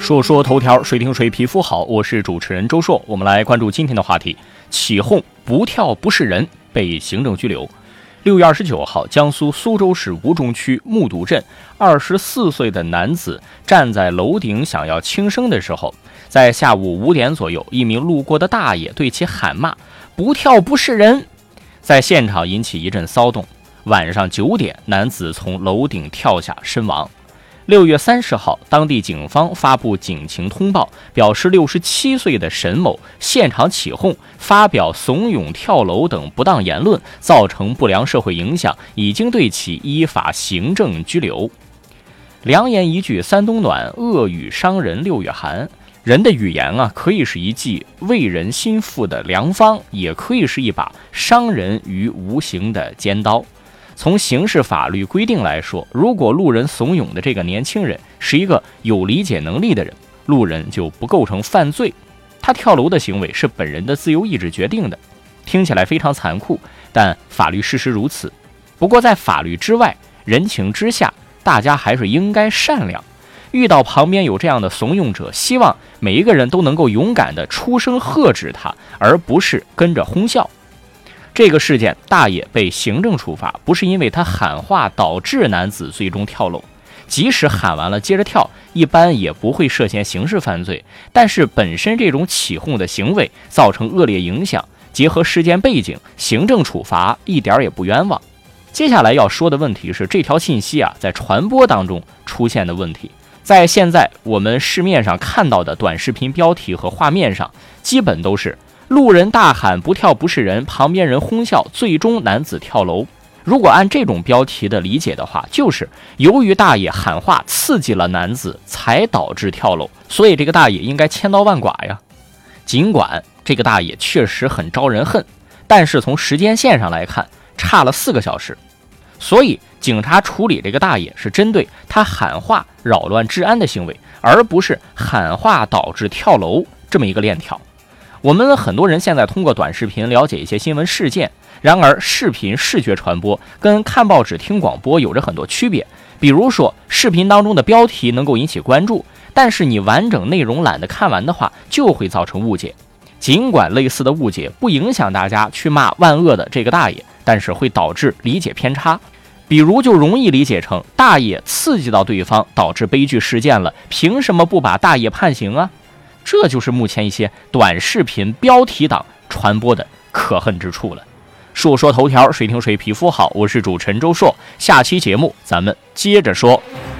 说头条，谁听谁皮肤好，我是主持人周硕。我们来关注今天的话题：起哄不跳不是人，被行政拘留。6月29号，江苏苏州市吴中区木渎镇24岁的男子站在楼顶想要轻生的时候，在下午5点左右，一名路过的大爷对其喊骂：“不跳不是人！”在现场引起一阵骚动。晚上9点，男子从楼顶跳下身亡。6月30号，当地警方发布警情通报，表示67岁的沈某现场起哄，发表怂恿跳楼等不当言论，造成不良社会影响，已经对其依法行政拘留。良言一句三冬暖，恶语伤人6月寒。人的语言啊，可以是一剂慰人心腹的良方，也可以是一把伤人于无形的尖刀。从刑事法律规定来说，如果路人怂恿的这个年轻人是一个有理解能力的人，路人就不构成犯罪。他跳楼的行为是本人的自由意志决定的，听起来非常残酷，但法律事实如此。不过在法律之外，人情之下，大家还是应该善良。遇到旁边有这样的怂恿者，希望每一个人都能够勇敢地出声喝止他，而不是跟着哄笑。这个事件，大爷被行政处罚，不是因为他喊话导致男子最终跳楼，即使喊完了接着跳，一般也不会涉嫌刑事犯罪。但是本身这种起哄的行为造成恶劣影响，结合事件背景，行政处罚一点也不冤枉。接下来要说的问题是，这条信息啊，在传播当中出现的问题。在现在我们市面上看到的短视频标题和画面上，基本都是路人大喊不跳不是人，旁边人哄笑，最终男子跳楼。如果按这种标题的理解的话，就是由于大爷喊话刺激了男子，才导致跳楼，所以这个大爷应该千刀万剐呀。尽管这个大爷确实很招人恨，但是从时间线上来看，差了4个小时。所以警察处理这个大爷是针对他喊话扰乱治安的行为，而不是喊话导致跳楼这么一个链条。我们很多人现在通过短视频了解一些新闻事件，然而视频视觉传播跟看报纸听广播有着很多区别。比如说视频当中的标题能够引起关注，但是你完整内容懒得看完的话，就会造成误解。尽管类似的误解不影响大家去骂万恶的这个大爷，但是会导致理解偏差。比如就容易理解成大爷刺激到对方导致悲剧事件了，凭什么不把大爷判刑啊？这就是目前一些短视频标题党传播的可恨之处了。说头条，谁听谁皮肤好，我是主持人周硕，下期节目咱们接着说。